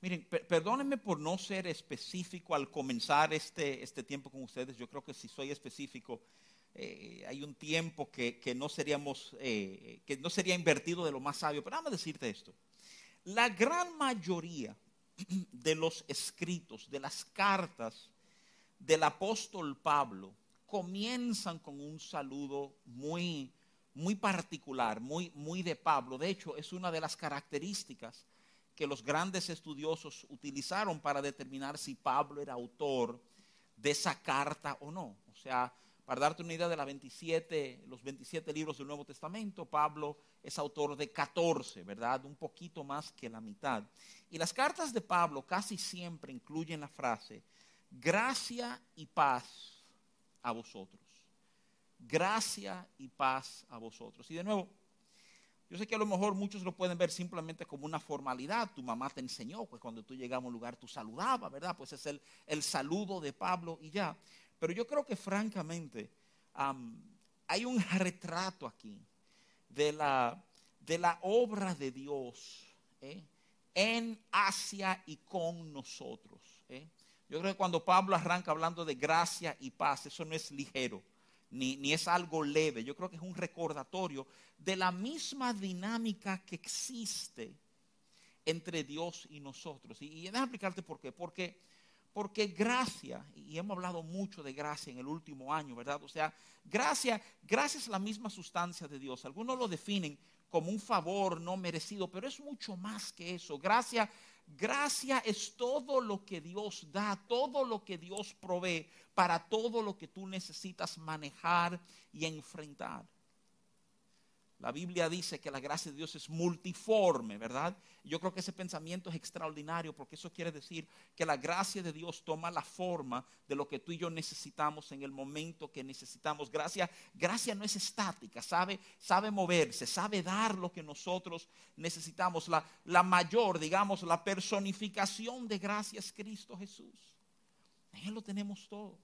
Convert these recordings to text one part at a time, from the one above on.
Miren, perdónenme por no ser específico al comenzar este tiempo con ustedes. Yo creo que si soy específico, hay un tiempo que no sería invertido de lo más sabio. Pero déjame decirte esto. La gran mayoría de los escritos, de las cartas del apóstol Pablo, comienzan con un saludo muy, muy particular, muy de Pablo. De hecho, es una de las características que los grandes estudiosos utilizaron para determinar si Pablo era autor de esa carta o no. O sea, para darte una idea de los 27 libros del Nuevo Testamento, Pablo es autor de 14, ¿verdad? Un poquito más que la mitad. Y las cartas de Pablo casi siempre incluyen la frase, gracia y paz a vosotros. Gracia y paz a vosotros. Y de nuevo, yo sé que a lo mejor muchos lo pueden ver simplemente como una formalidad. Tu mamá te enseñó, pues cuando tú llegabas a un lugar tú saludabas, ¿verdad? Pues es el saludo de Pablo y ya. Pero yo creo que francamente hay un retrato aquí de la obra de Dios en, hacia y con nosotros. Yo creo que cuando Pablo arranca hablando de gracia y paz, eso no es ligero. Ni es algo leve. Yo creo que es un recordatorio de la misma dinámica que existe entre Dios y nosotros. Y déjame explicarte por qué. Porque gracia, y hemos hablado mucho de gracia en el último año, ¿verdad? O sea, gracia es la misma sustancia de Dios. Algunos lo definen como un favor no merecido, pero es mucho más que eso. Gracia es todo lo que Dios da, todo lo que Dios provee para todo lo que tú necesitas manejar y enfrentar. La Biblia dice que la gracia de Dios es multiforme, ¿verdad? Yo creo que ese pensamiento es extraordinario porque eso quiere decir que la gracia de Dios toma la forma de lo que tú y yo necesitamos en el momento que necesitamos. Gracia no es estática, sabe moverse, sabe dar lo que nosotros necesitamos. La mayor, digamos, la personificación de gracia es Cristo Jesús. En Él lo tenemos todo.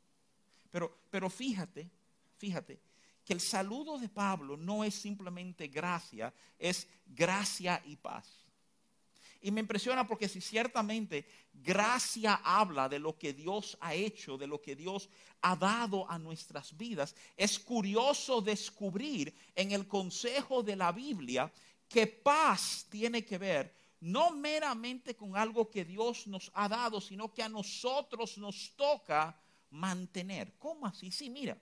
Pero fíjate que el saludo de Pablo no es simplemente gracia, es gracia y paz. Y me impresiona porque si ciertamente gracia habla de lo que Dios ha hecho, de lo que Dios ha dado a nuestras vidas, es curioso descubrir en el consejo de la Biblia que paz tiene que ver no meramente con algo que Dios nos ha dado, sino que a nosotros nos toca mantener. ¿Cómo así? Sí, mira.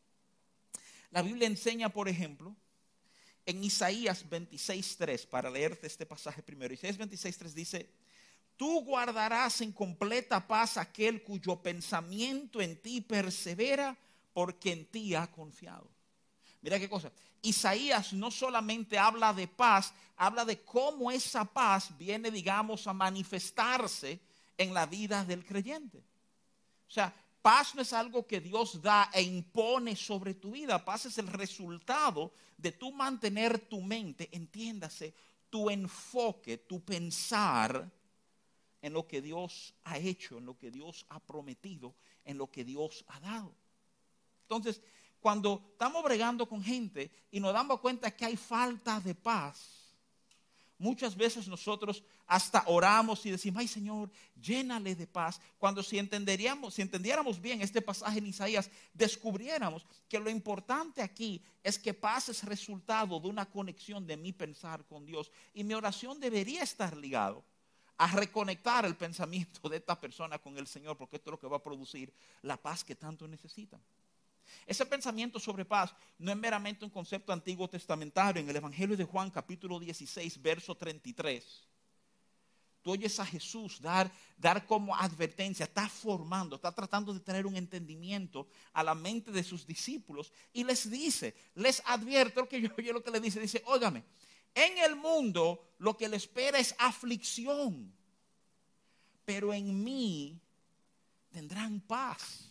La Biblia enseña, por ejemplo, en Isaías 26:3, para leerte este pasaje primero. Isaías 26:3 dice, tú guardarás en completa paz aquel cuyo pensamiento en ti persevera, porque en ti ha confiado. Mira qué cosa. Isaías no solamente habla de paz, habla de cómo esa paz viene, digamos, a manifestarse en la vida del creyente. O sea, paz no es algo que Dios da e impone sobre tu vida. Paz es el resultado de tú mantener tu mente, entiéndase, tu enfoque, tu pensar en lo que Dios ha hecho, en lo que Dios ha prometido, en lo que Dios ha dado. Entonces, cuando estamos bregando con gente y nos damos cuenta que hay falta de paz, muchas veces nosotros hasta oramos y decimos, ay Señor, llénale de paz. Cuando si entendiéramos bien este pasaje en Isaías, descubriéramos que lo importante aquí es que paz es resultado de una conexión de mi pensar con Dios. Y mi oración debería estar ligado a reconectar el pensamiento de esta persona con el Señor, porque esto es lo que va a producir la paz que tanto necesitan. Ese pensamiento sobre paz no es meramente un concepto antiguo testamentario. En el Evangelio de Juan capítulo 16 verso 33 tú oyes a Jesús dar como advertencia, está formando, está tratando de traer un entendimiento a la mente de sus discípulos y les dice, les advierto que yo lo que le dice, óigame, en el mundo lo que le espera es aflicción, pero en mí tendrán paz.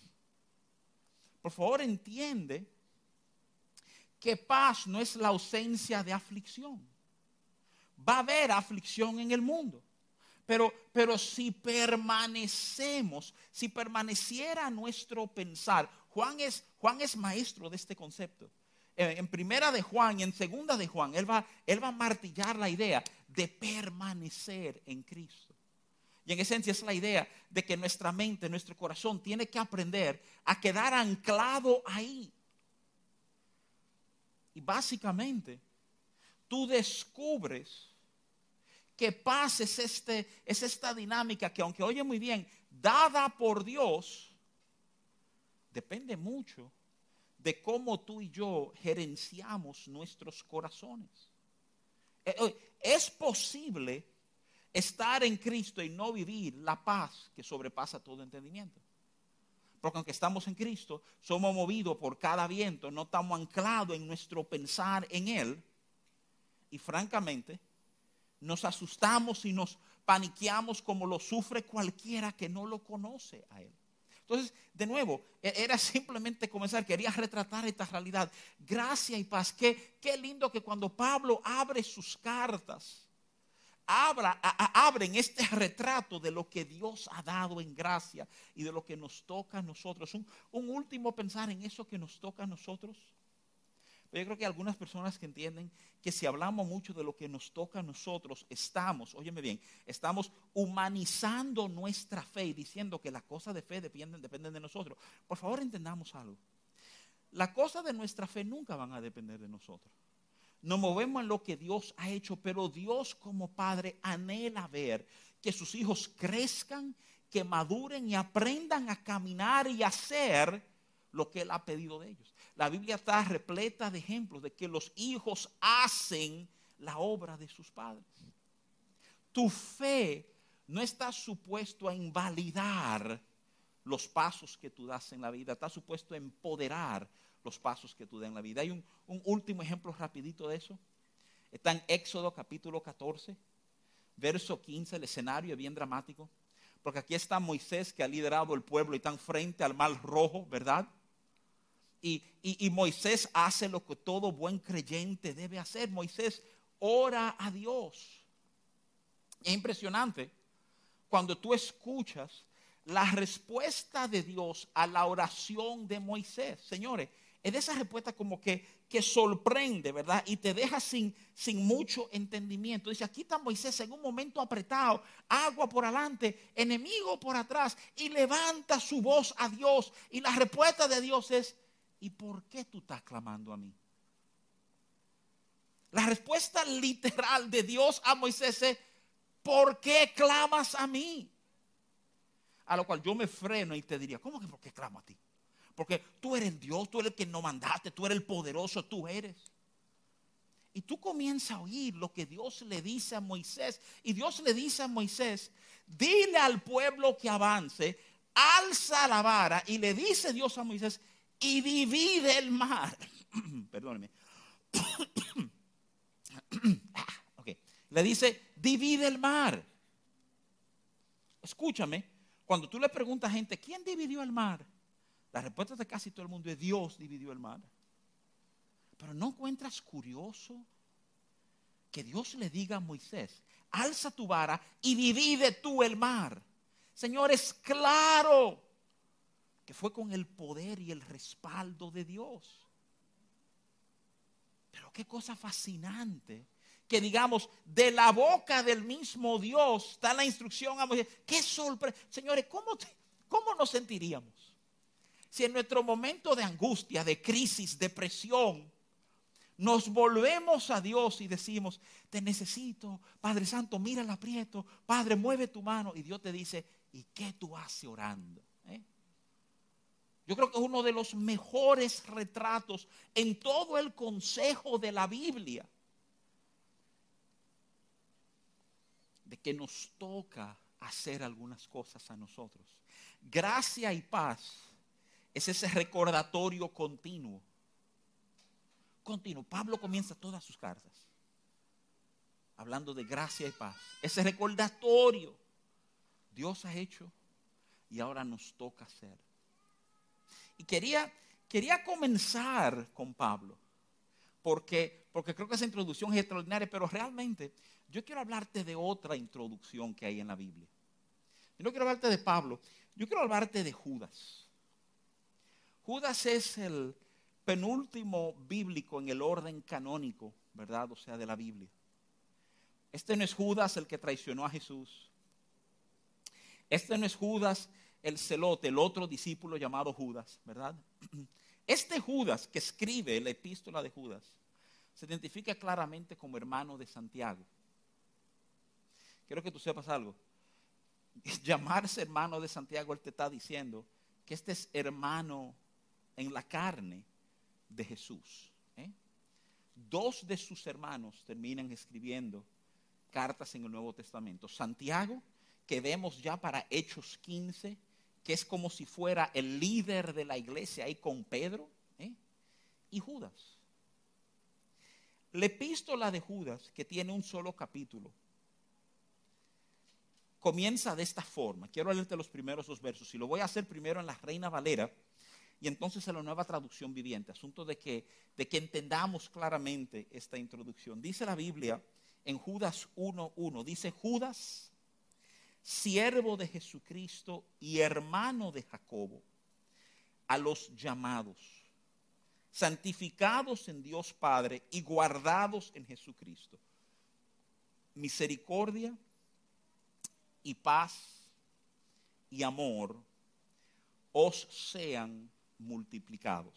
Por favor, entiende que paz no es la ausencia de aflicción. Va a haber aflicción en el mundo. Pero si permaneciera nuestro pensar, Juan es maestro de este concepto. En primera de Juan y en segunda de Juan, él va a martillar la idea de permanecer en Cristo. Y en esencia es la idea de que nuestra mente, nuestro corazón tiene que aprender a quedar anclado ahí. Y básicamente tú descubres que paz es esta dinámica que, aunque oye muy bien, dada por Dios, depende mucho de cómo tú y yo gerenciamos nuestros corazones. Es posible estar en Cristo y no vivir la paz que sobrepasa todo entendimiento. Porque aunque estamos en Cristo, somos movidos por cada viento, no estamos anclados en nuestro pensar en Él. Y francamente, nos asustamos y nos paniqueamos como lo sufre cualquiera que no lo conoce a Él. Entonces, de nuevo, era simplemente comenzar, quería retratar esta realidad. Gracia y paz. Qué lindo que cuando Pablo abre sus cartas, abren este retrato de lo que Dios ha dado en gracia y de lo que nos toca a nosotros. Un último pensar en eso que nos toca a nosotros. Pero yo creo que hay algunas personas que entienden que si hablamos mucho de lo que nos toca a nosotros, óyeme bien, estamos humanizando nuestra fe y diciendo que las cosas de fe dependen de nosotros. Por favor, entendamos algo. Las cosas de nuestra fe nunca van a depender de nosotros. Nos movemos en lo que Dios ha hecho, pero Dios como Padre anhela ver que sus hijos crezcan, que maduren y aprendan a caminar y hacer lo que Él ha pedido de ellos. La Biblia está repleta de ejemplos de que los hijos hacen la obra de sus padres. Tu fe no está supuesto a invalidar los pasos que tú das en la vida, está supuesto a empoderar los pasos que tú das en la vida. Hay un último ejemplo rapidito de eso. Está en Éxodo capítulo 14, verso 15, el escenario es bien dramático, porque aquí está Moisés que ha liderado el pueblo y están frente al mar rojo, ¿verdad? Y Moisés hace lo que todo buen creyente debe hacer. Moisés ora a Dios. Es impresionante cuando tú escuchas la respuesta de Dios a la oración de Moisés. Señores, es de esa respuesta como que sorprende, ¿verdad? Y te deja sin mucho entendimiento. Dice, aquí está Moisés en un momento apretado, agua por adelante, enemigo por atrás, y levanta su voz a Dios. Y la respuesta de Dios es, ¿y por qué tú estás clamando a mí? La respuesta literal de Dios a Moisés es, ¿por qué clamas a mí? A lo cual yo me freno y te diría, ¿cómo que por qué clamo a ti? Porque tú eres Dios, tú eres el que nos mandaste, tú eres el poderoso, tú eres. Y tú comienzas a oír lo que Dios le dice a Moisés. Y Dios le dice a Moisés, dile al pueblo que avance, alza la vara. Y le dice Dios a Moisés, y divide el mar. Perdóneme. Okay. Le dice, divide el mar. Escúchame, cuando tú le preguntas a gente, ¿quién dividió el mar? La respuesta de casi todo el mundo es, Dios dividió el mar. Pero ¿no encuentras curioso que Dios le diga a Moisés, alza tu vara y divide tú el mar? Señores, claro que fue con el poder y el respaldo de Dios. Pero qué cosa fascinante que digamos, de la boca del mismo Dios está la instrucción a Moisés. Qué sorpresa. Señores, ¿cómo nos sentiríamos si en nuestro momento de angustia, de crisis, depresión, nos volvemos a Dios y decimos, te necesito, Padre Santo, mira el aprieto, Padre, mueve tu mano, y Dios te dice, ¿y qué tú haces orando? Yo creo que es uno de los mejores retratos en todo el consejo de la Biblia de que nos toca hacer algunas cosas a nosotros. Gracia y paz es ese recordatorio continuo. Pablo comienza todas sus cartas hablando de gracia y paz. Ese recordatorio Dios ha hecho y ahora nos toca hacer. Y quería comenzar con Pablo, porque creo que esa introducción es extraordinaria, pero realmente yo quiero hablarte de otra introducción que hay en la Biblia. Yo no quiero hablarte de Pablo, yo quiero hablarte de Judas. Judas es el penúltimo bíblico en el orden canónico, ¿verdad? O sea, de la Biblia. Este no es Judas el que traicionó a Jesús. Este no es Judas el celote, el otro discípulo llamado Judas, ¿verdad? Este Judas que escribe la epístola de Judas se identifica claramente como hermano de Santiago. Quiero que tú sepas algo. Llamarse hermano de Santiago, él te está diciendo que este es hermano en la carne de Jesús. Dos de sus hermanos terminan escribiendo cartas en el Nuevo Testamento. Santiago, que vemos ya para Hechos 15, que es como si fuera el líder de la iglesia ahí con Pedro, y Judas. La epístola de Judas, que tiene un solo capítulo, comienza de esta forma. Quiero leerte los primeros 2 versos y lo voy a hacer primero en la Reina Valera y entonces en la Nueva Traducción Viviente, asunto de que entendamos claramente esta introducción. Dice la Biblia en Judas 1:1, dice: Judas, siervo de Jesucristo y hermano de Jacobo, a los llamados, santificados en Dios Padre y guardados en Jesucristo, misericordia y paz y amor os sean multiplicados.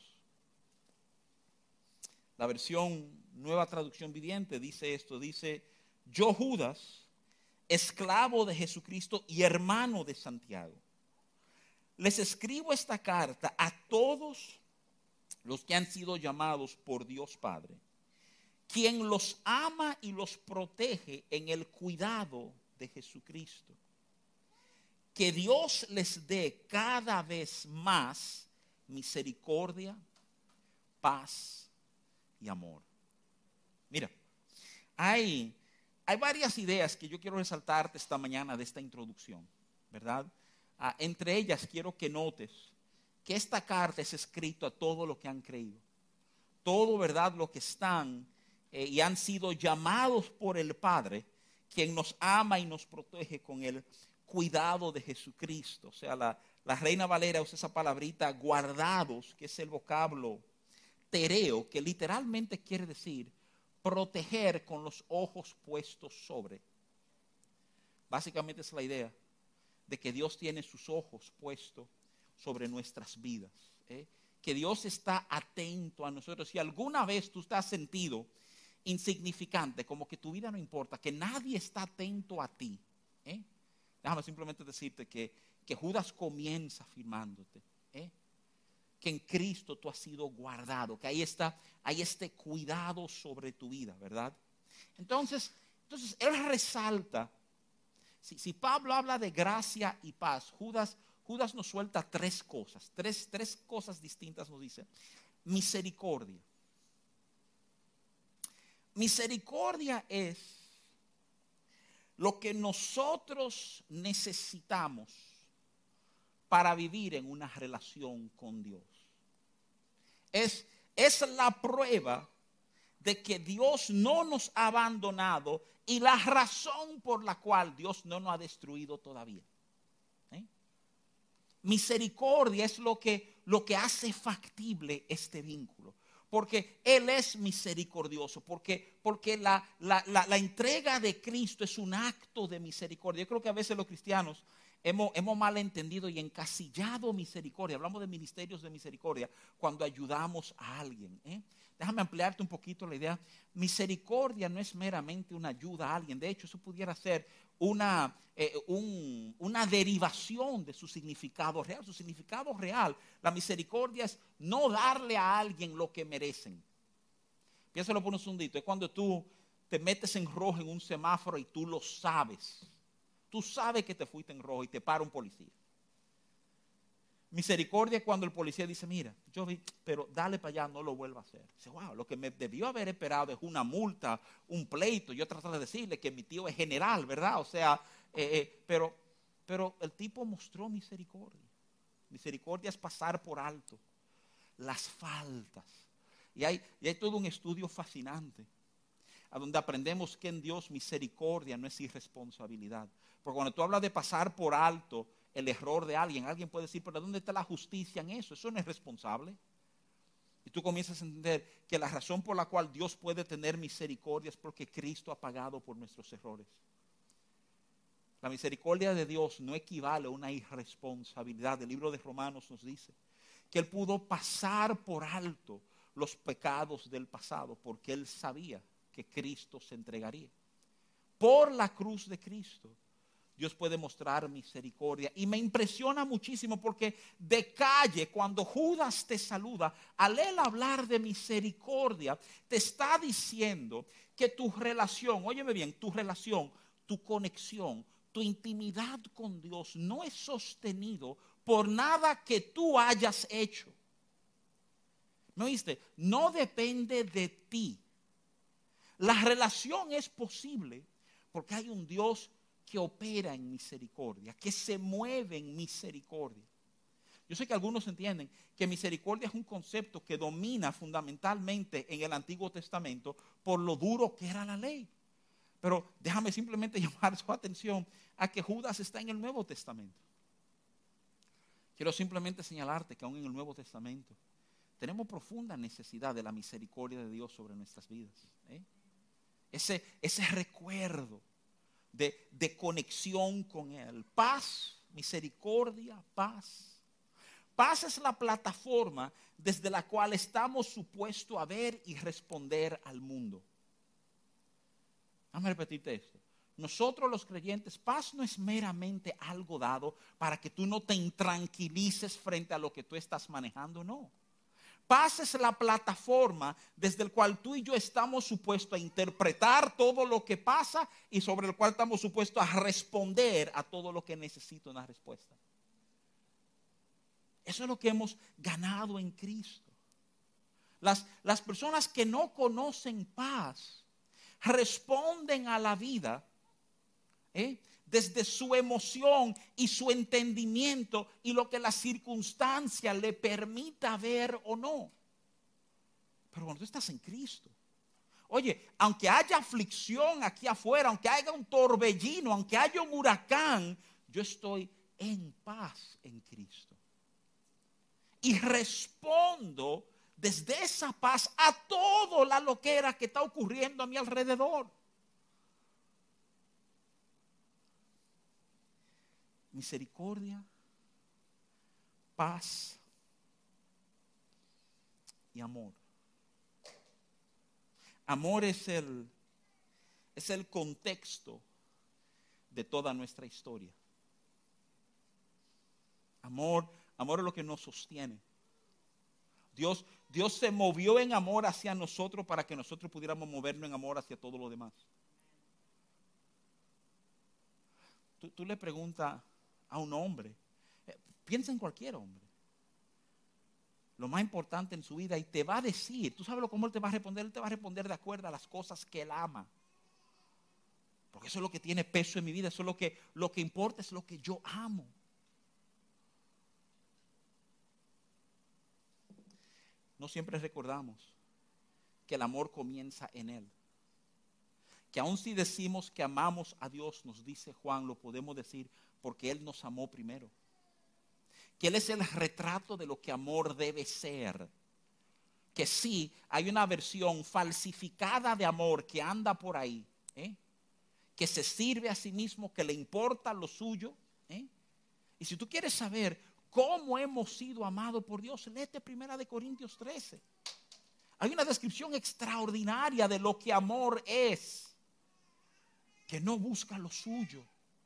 La versión Nueva Traducción Viviente dice esto, dice: yo, Judas, esclavo de Jesucristo y hermano de Santiago, les escribo esta carta a todos los que han sido llamados por Dios Padre, quien los ama y los protege en el cuidado de Jesucristo. Que Dios les dé cada vez más misericordia, paz y amor. Mira, hay varias ideas que yo quiero resaltarte esta mañana de esta introducción, ¿verdad? Entre ellas quiero que notes que esta carta es escrita a todo lo que han creído. Todo, ¿verdad? Lo que están y han sido llamados por el Padre, quien nos ama y nos protege con el cuidado de Jesucristo. O sea, la Reina Valera usa esa palabrita guardados, que es el vocablo tereo, que literalmente quiere decir proteger con los ojos puestos sobre. Básicamente es la idea de que Dios tiene sus ojos puestos sobre nuestras vidas. Que Dios está atento a nosotros. Si alguna vez tú estás sentido insignificante, como que tu vida no importa, que nadie está atento a ti, déjame simplemente decirte que Judas comienza afirmándote que en Cristo tú has sido guardado, que hay este cuidado sobre tu vida, ¿verdad? Entonces él resalta, si Pablo habla de gracia y paz, Judas nos suelta 3 cosas, tres cosas distintas nos dice. Misericordia. Misericordia es lo que nosotros necesitamos para vivir en una relación con Dios. Es la prueba de que Dios no nos ha abandonado y la razón por la cual Dios no nos ha destruido todavía. Misericordia es lo que hace factible este vínculo. Porque Él es misericordioso, porque la entrega de Cristo es un acto de misericordia. Yo creo que a veces los cristianos hemos malentendido y encasillado misericordia. Hablamos de ministerios de misericordia cuando ayudamos a alguien. Déjame ampliarte un poquito la idea. Misericordia no es meramente una ayuda a alguien. De hecho, eso pudiera ser una derivación de su significado real. Su significado real, la misericordia es no darle a alguien lo que merecen. Piénsalo por un segundito. Es cuando tú te metes en rojo en un semáforo y tú lo sabes. Tú sabes que te fuiste en rojo y te para un policía. Misericordia es cuando el policía dice: mira, yo vi, pero dale para allá, no lo vuelva a hacer. Dice: wow, lo que me debió haber esperado es una multa, un pleito. Yo trato de decirle que mi tío es general, ¿verdad? O sea, pero el tipo mostró misericordia. Misericordia es pasar por alto las faltas. Y hay todo un estudio fascinante a donde aprendemos que en Dios misericordia no es irresponsabilidad. Porque cuando tú hablas de pasar por alto el error de alguien puede decir: pero ¿dónde está la justicia en eso? Eso no es responsable. Y tú comienzas a entender que la razón por la cual Dios puede tener misericordia es porque Cristo ha pagado por nuestros errores. La misericordia de Dios no equivale a una irresponsabilidad. El libro de Romanos nos dice que Él pudo pasar por alto los pecados del pasado porque Él sabía que Cristo se entregaría. Por la cruz de Cristo, Dios puede mostrar misericordia. Y me impresiona muchísimo porque de calle, cuando Judas te saluda, al él hablar de misericordia, te está diciendo que tu relación, óyeme bien, tu relación, tu conexión, tu intimidad con Dios no es sostenido por nada que tú hayas hecho. ¿Me oíste? No depende de ti. La relación es posible porque hay un Dios que opera en misericordia, que se mueve en misericordia. Yo sé que algunos entienden que misericordia es un concepto que domina fundamentalmente en el Antiguo Testamento por lo duro que era la ley. Pero déjame simplemente llamar su atención a que Judas está en el Nuevo Testamento. Quiero simplemente señalarte que aún en el Nuevo Testamento tenemos profunda necesidad de la misericordia de Dios sobre nuestras vidas. Ese recuerdo de conexión con Él. Paz, misericordia, paz. Paz es la plataforma desde la cual estamos supuestos a ver y responder al mundo. Déjame repetirte esto. Nosotros los creyentes, paz no es meramente algo dado para que tú no te intranquilices frente a lo que tú estás manejando, no. Paz es la plataforma desde el cual tú y yo estamos supuestos a interpretar todo lo que pasa y sobre el cual estamos supuestos a responder a todo lo que necesita una respuesta. Eso es lo que hemos ganado en Cristo. Las personas que no conocen paz responden a la vida desde su emoción y su entendimiento y lo que la circunstancia le permita ver o no. Pero cuando tú estás en Cristo, oye, aunque haya aflicción aquí afuera, aunque haya un torbellino, aunque haya un huracán, yo estoy en paz en Cristo. Y respondo desde esa paz a toda la loquera que está ocurriendo a mi alrededor. Misericordia, paz y amor. Amor es el contexto de toda nuestra historia. Amor es lo que nos sostiene. Dios se movió en amor hacia nosotros para que nosotros pudiéramos movernos en amor hacia todo lo demás. Tú le preguntas a un hombre, piensa en cualquier hombre, lo más importante en su vida y te va a decir, tú sabes cómo él te va a responder, él te va a responder de acuerdo a las cosas que él ama. Porque eso es lo que tiene peso en mi vida, eso es lo que importa, es lo que yo amo. No siempre recordamos que el amor comienza en Él. Que aun si decimos que amamos a Dios, nos dice Juan, lo podemos decir porque Él nos amó primero. Que Él es el retrato de lo que amor debe ser. Que sí, hay una versión falsificada de amor que anda por ahí, que se sirve a sí mismo, que le importa lo suyo. Y si tú quieres saber cómo hemos sido amados por Dios, léete 1 Corintios 13. Hay una descripción extraordinaria de lo que amor es. Que no busca lo suyo.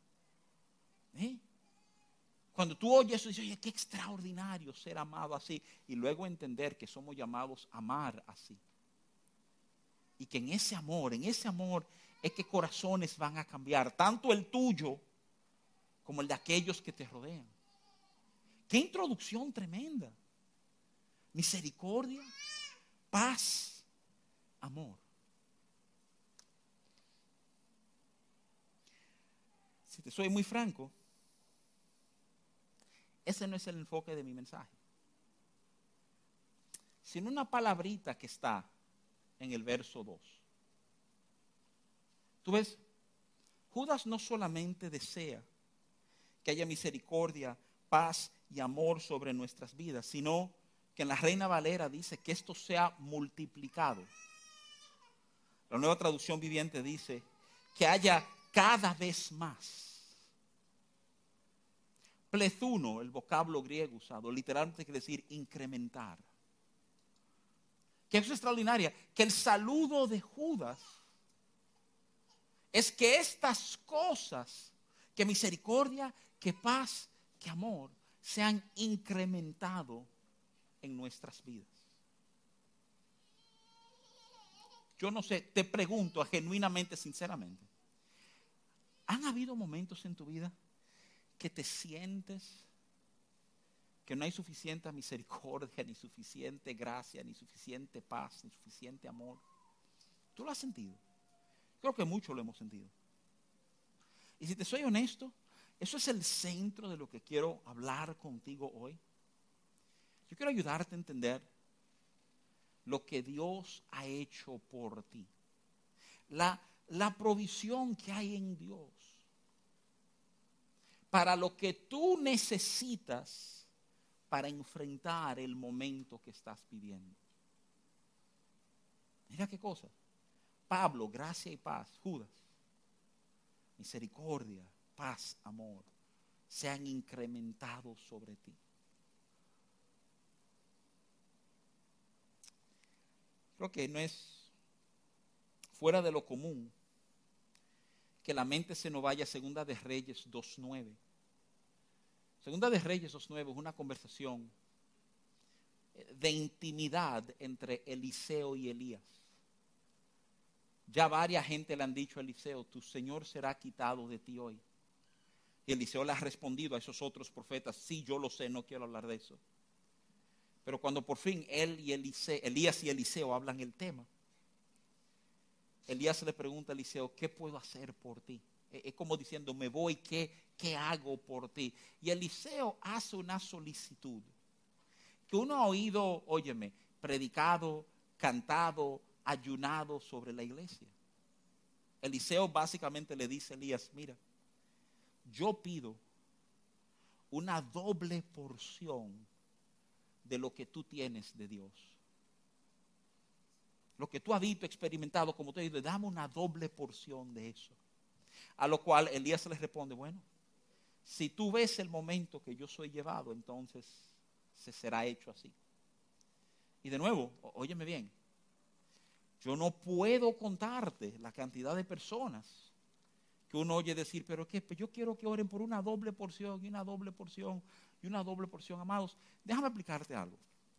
Cuando tú oyes eso, dices, oye, qué extraordinario ser amado así. Y luego entender que somos llamados a amar así. Y que en ese amor es que corazones van a cambiar. Tanto el tuyo como el de aquellos que te rodean. Qué introducción tremenda. Misericordia, paz, amor. Si te soy muy franco, ese no es el enfoque de mi mensaje. Sino una palabrita que está en el verso 2. Tú ves, Judas no solamente desea que haya misericordia, paz y amor sobre nuestras vidas, sino que en la Reina Valera dice que esto sea multiplicado. La Nueva Traducción Viviente dice que haya cada vez más. Plezuno, el vocablo griego usado, literalmente quiere decir incrementar. Que es extraordinaria, que el saludo de Judas es que estas cosas, que misericordia, que paz, que amor, se han incrementado en nuestras vidas. Yo no sé, te pregunto genuinamente, sinceramente, ¿han habido momentos en tu vida que te sientes que no hay suficiente misericordia, ni suficiente gracia, ni suficiente paz, ni suficiente amor? ¿Tú lo has sentido? Creo que muchos lo hemos sentido. Y si te soy honesto, eso es el centro de lo que quiero hablar contigo hoy. Yo quiero ayudarte a entender lo que Dios ha hecho por ti. La provisión que hay en Dios para lo que tú necesitas para enfrentar el momento que estás viviendo. Mira qué cosa. Pablo, gracia y paz. Judas, misericordia, paz, amor, se han incrementado sobre ti. Creo que no es fuera de lo común que la mente se nos vaya a Segunda de Reyes 2:9. Segunda de Reyes 2:9 es una conversación de intimidad entre Eliseo y Elías. Ya varias gente le han dicho a Eliseo, tu Señor será quitado de ti hoy. Y Eliseo le ha respondido a esos otros profetas, sí, yo lo sé, no quiero hablar de eso. Pero cuando por fin Elías y Eliseo hablan el tema, Elías le pregunta a Eliseo, ¿qué puedo hacer por ti? Es como diciendo, me voy, ¿qué hago por ti? Y Eliseo hace una solicitud que uno ha oído, óyeme, predicado, cantado, ayunado sobre la iglesia. Eliseo básicamente le dice a Elías, mira, yo pido una doble porción de lo que tú tienes de Dios. Lo que tú has visto, experimentado, como te digo, dame una doble porción de eso. A lo cual Elías le responde, bueno, si tú ves el momento que yo soy llevado, entonces se será hecho así. Y de nuevo, óyeme bien, yo no puedo contarte la cantidad de personas que uno oye decir, pero ¿qué? Yo quiero que oren por una doble porción y una doble porción y una doble porción. Amados, déjame explicarte algo.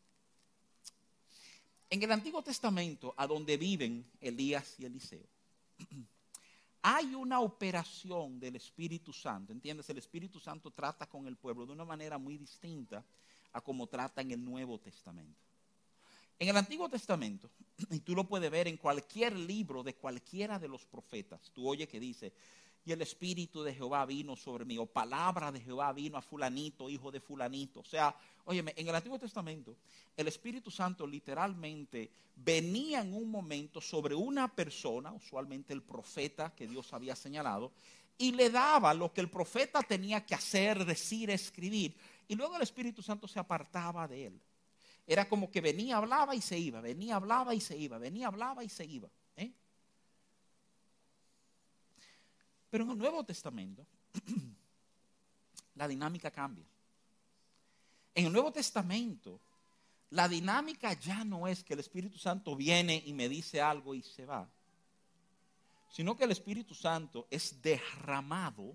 En el Antiguo Testamento, a donde viven Elías y Eliseo, hay una operación del Espíritu Santo. ¿Entiendes? El Espíritu Santo trata con el pueblo de una manera muy distinta a como trata en el Nuevo Testamento. En el Antiguo Testamento, y tú lo puedes ver en cualquier libro de cualquiera de los profetas, tú oyes que dice, y el Espíritu de Jehová vino sobre mí, o palabra de Jehová vino a fulanito, hijo de fulanito. O sea, óyeme, en el Antiguo Testamento, el Espíritu Santo literalmente venía en un momento sobre una persona, usualmente el profeta que Dios había señalado, y le daba lo que el profeta tenía que hacer, decir, escribir, y luego el Espíritu Santo se apartaba de él. Era como que venía, hablaba y se iba, venía, hablaba y se iba, venía, hablaba y se iba. Pero en el Nuevo Testamento, la dinámica cambia. En el Nuevo Testamento, la dinámica ya no es que el Espíritu Santo viene y me dice algo y se va, sino que el Espíritu Santo es derramado,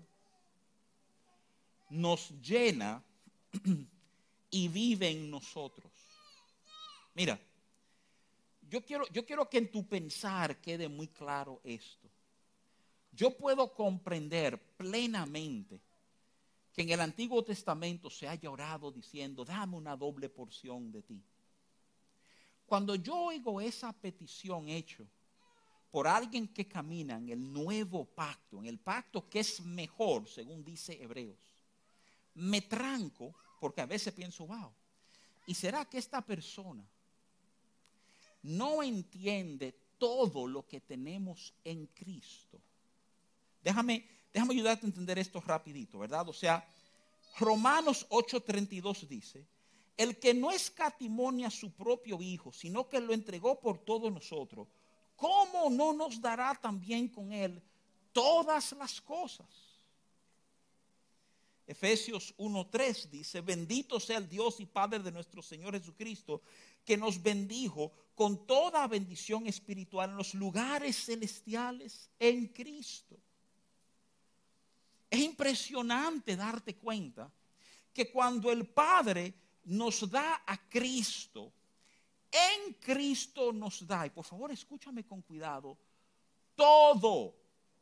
nos llena y vive en nosotros. Mira, yo quiero que en tu pensar quede muy claro esto. Yo puedo comprender plenamente que en el Antiguo Testamento se haya orado diciendo, dame una doble porción de ti. Cuando yo oigo esa petición hecha por alguien que camina en el nuevo pacto, en el pacto que es mejor, según dice Hebreos, me tranco porque a veces pienso, wow, ¿y será que esta persona no entiende todo lo que tenemos en Cristo? Déjame ayudarte a entender esto rapidito, ¿verdad? O sea, Romanos 8:32 dice, el que no escatimó a su propio Hijo, sino que lo entregó por todos nosotros, ¿cómo no nos dará también con él todas las cosas? Efesios 1:3 dice: bendito sea el Dios y Padre de nuestro Señor Jesucristo, que nos bendijo con toda bendición espiritual en los lugares celestiales en Cristo. Es impresionante darte cuenta que cuando el Padre nos da a Cristo, en Cristo nos da, y por favor escúchame con cuidado, todo.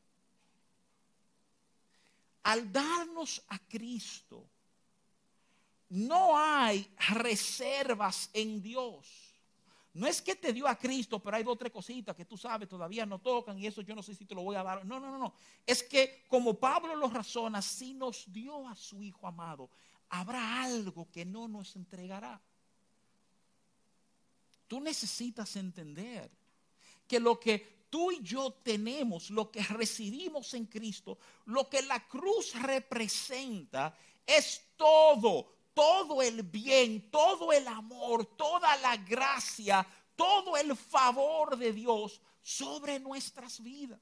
Al darnos a Cristo, no hay reservas en Dios. No es que te dio a Cristo, pero hay dos o tres cositas que tú sabes todavía no tocan y eso yo no sé si te lo voy a dar. No. Es que como Pablo lo razona, si nos dio a su Hijo amado, habrá algo que no nos entregará. Tú necesitas entender que lo que tú y yo tenemos, lo que recibimos en Cristo, lo que la cruz representa, es todo el bien, todo el amor, toda la gracia, todo el favor de Dios sobre nuestras vidas.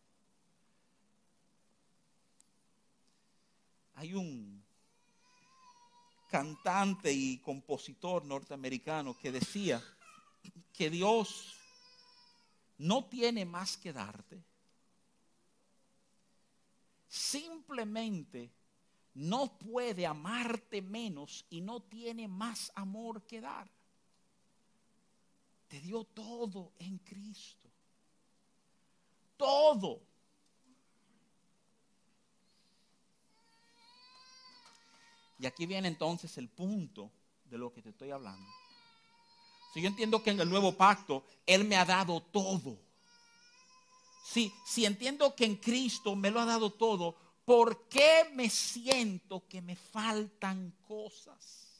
Hay un cantante y compositor norteamericano que decía que Dios no tiene más que darte. Simplemente no puede amarte menos y no tiene más amor que dar. Te dio todo en Cristo. Todo. Y aquí viene entonces el punto de lo que te estoy hablando. Si yo entiendo que en el nuevo pacto Él me ha dado todo. Si entiendo que en Cristo me lo ha dado todo, ¿por qué me siento que me faltan cosas?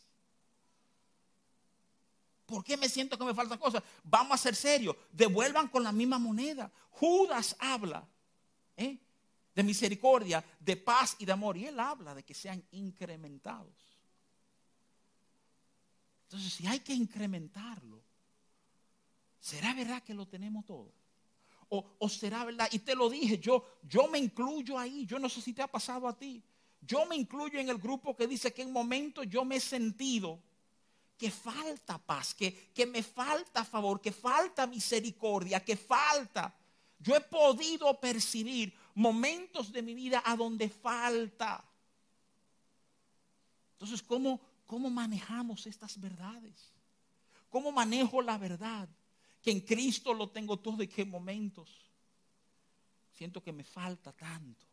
¿Por qué me siento que me faltan cosas? Vamos a ser serios. Devuelvan con la misma moneda. Judas habla de misericordia, de paz y de amor. Y él habla de que sean incrementados. Entonces, si hay que incrementarlo, ¿será verdad que lo tenemos todo? O será verdad, y te lo dije, yo me incluyo ahí. Yo no sé si te ha pasado a ti. Yo me incluyo en el grupo que dice que en momentos yo me he sentido que falta paz, que me falta favor, que falta misericordia, que falta. Yo he podido percibir momentos de mi vida a donde falta. Entonces, ¿cómo manejamos estas verdades? ¿Cómo manejo la verdad? Que en Cristo lo tengo todo y que en momentos siento que me falta tanto.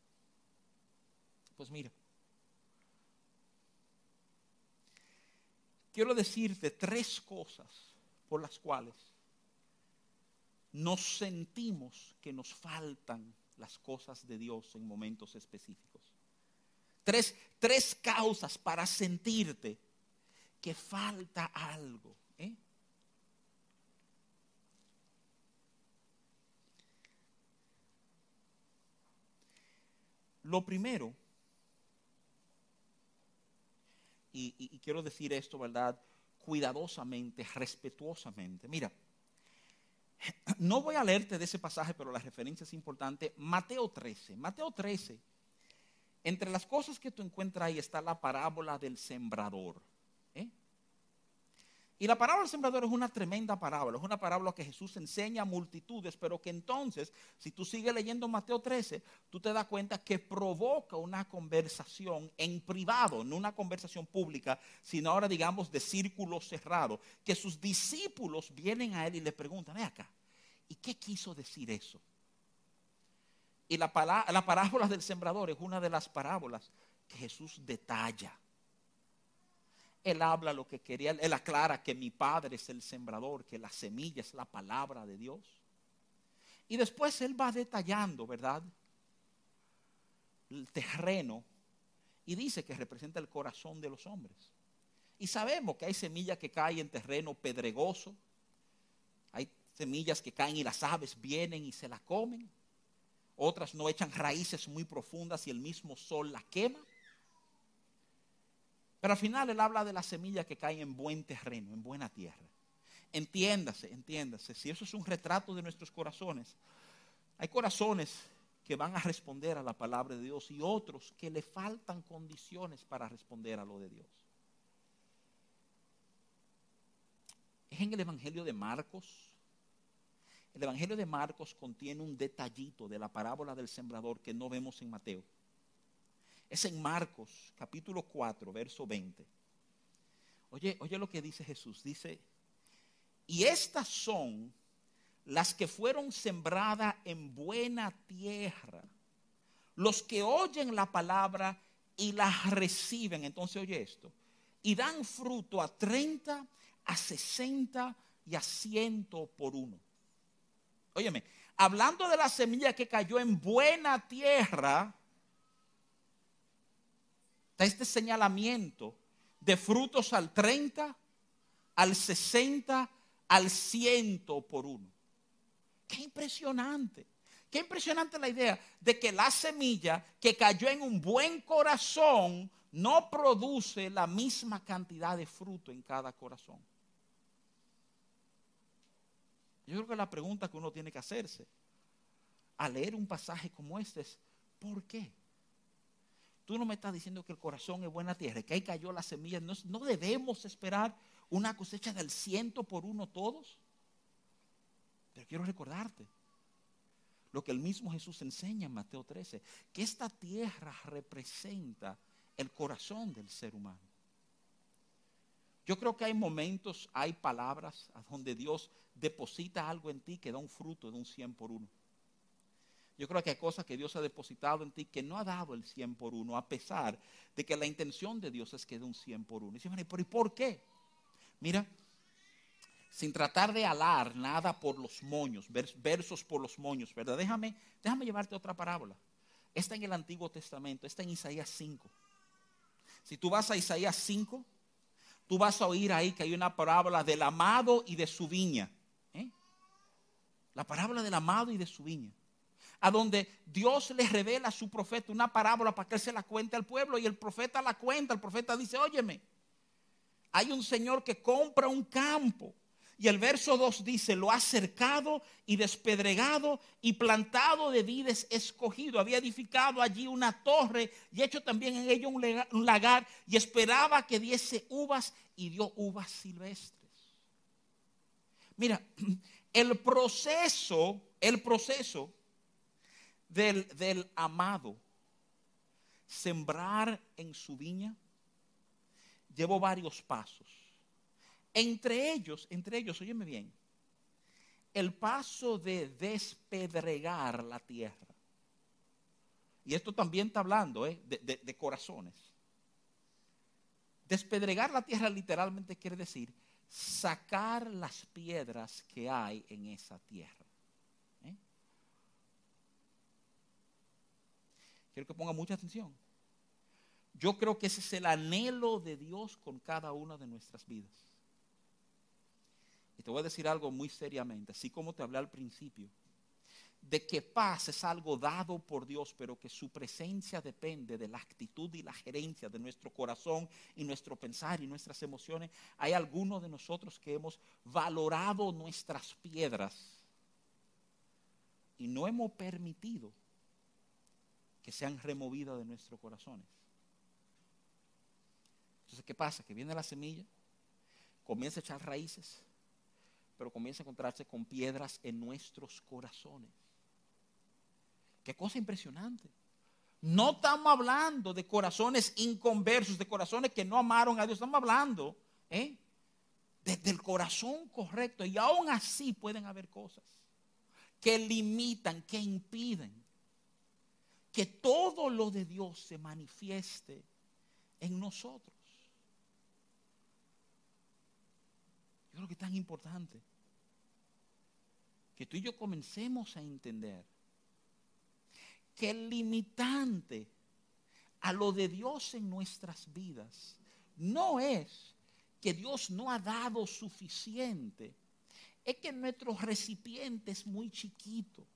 Pues mira, quiero decirte 3 cosas por las cuales nos sentimos que nos faltan las cosas de Dios en momentos específicos. Tres causas para sentirte que falta algo. Lo primero, y quiero decir esto, ¿verdad? Cuidadosamente, respetuosamente. Mira, no voy a leerte de ese pasaje, pero la referencia es importante. Mateo 13. Mateo 13, entre las cosas que tú encuentras ahí está la parábola del sembrador. Y la parábola del sembrador es una tremenda parábola. Es una parábola que Jesús enseña a multitudes, pero que entonces, si tú sigues leyendo Mateo 13, tú te das cuenta que provoca una conversación en privado, no una conversación pública, sino ahora digamos de círculo cerrado, que sus discípulos vienen a él y le preguntan: ven acá, ¿y qué quiso decir eso? Y la parábola del sembrador es una de las parábolas que Jesús detalla. Él habla lo que quería, él aclara que mi Padre es el sembrador, que la semilla es la palabra de Dios. Y después él va detallando, ¿verdad?, el terreno, y dice que representa el corazón de los hombres. Y sabemos que hay semillas que caen en terreno pedregoso, hay semillas que caen y las aves vienen y se la comen, otras no echan raíces muy profundas y el mismo sol la quema. Pero al final él habla de la semilla que cae en buen terreno, en buena tierra. Entiéndase, si eso es un retrato de nuestros corazones. Hay corazones que van a responder a la palabra de Dios y otros que le faltan condiciones para responder a lo de Dios. Es en el Evangelio de Marcos. El Evangelio de Marcos contiene un detallito de la parábola del sembrador que no vemos en Mateo. Es en Marcos, capítulo 4, verso 20. Oye lo que dice Jesús. Dice, y estas son las que fueron sembradas en buena tierra. Los que oyen la palabra y la reciben. Entonces oye esto. Y dan fruto a 30, a 60 y a 100 por uno. Óyeme, hablando de la semilla que cayó en buena tierra, está este señalamiento de frutos al 30, al 60, al 100 por uno. Qué impresionante. Qué impresionante la idea de que la semilla que cayó en un buen corazón no produce la misma cantidad de fruto en cada corazón. Yo creo que la pregunta que uno tiene que hacerse al leer un pasaje como este es, ¿por qué? Tú no me estás diciendo que el corazón es buena tierra, que ahí cayó la semilla. No debemos esperar una cosecha del 100 por uno todos. Pero quiero recordarte lo que el mismo Jesús enseña en Mateo 13, que esta tierra representa el corazón del ser humano. Yo creo que hay momentos, hay palabras a donde Dios deposita algo en ti que da un fruto de un 100 por uno. Yo creo que hay cosas que Dios ha depositado en ti que no ha dado el 100 por uno, a pesar de que la intención de Dios es que dé un 100 por uno. Y dice, ¿pero y por qué? Mira, sin tratar de alar nada por los moños, versos por los moños, ¿verdad? Déjame llevarte otra parábola. Está en el Antiguo Testamento, está en Isaías 5. Si tú vas a Isaías 5, tú vas a oír ahí que hay una parábola del amado y de su viña. La parábola del amado y de su viña. A donde Dios le revela a su profeta una parábola para que él se la cuente al pueblo. Y el profeta la cuenta. El profeta dice, óyeme, hay un señor que compra un campo. Y el verso 2 dice, lo ha cercado y despedregado y plantado de vides escogido. Había edificado allí una torre y hecho también en ello un lagar. Y esperaba que diese uvas y dio uvas silvestres. Mira, el proceso del amado sembrar en su viña llevó varios pasos. Entre ellos, óyeme bien, el paso de despedregar la tierra. Y esto también está hablando de corazones. Despedregar la tierra literalmente quiere decir sacar las piedras que hay en esa tierra. Quiero que ponga mucha atención. Yo creo que ese es el anhelo de Dios con cada una de nuestras vidas. Y te voy a decir algo muy seriamente, así como te hablé al principio, de que paz es algo dado por Dios, pero que su presencia depende de la actitud y la gerencia de nuestro corazón y nuestro pensar y nuestras emociones. Hay algunos de nosotros que hemos valorado nuestras piedras y no hemos permitido que sean removidas de nuestros corazones. Entonces, ¿qué pasa? Que viene la semilla, comienza a echar raíces, pero comienza a encontrarse con piedras en nuestros corazones. Qué cosa impresionante. No estamos hablando de corazones inconversos, de corazones que no amaron a Dios. Estamos hablando del corazón correcto. Y aún así pueden haber cosas que limitan, que impiden que todo lo de Dios se manifieste en nosotros. Yo creo que es tan importante que tú y yo comencemos a entender que el limitante a lo de Dios en nuestras vidas no es que Dios no ha dado suficiente, es que nuestro recipiente es muy chiquito.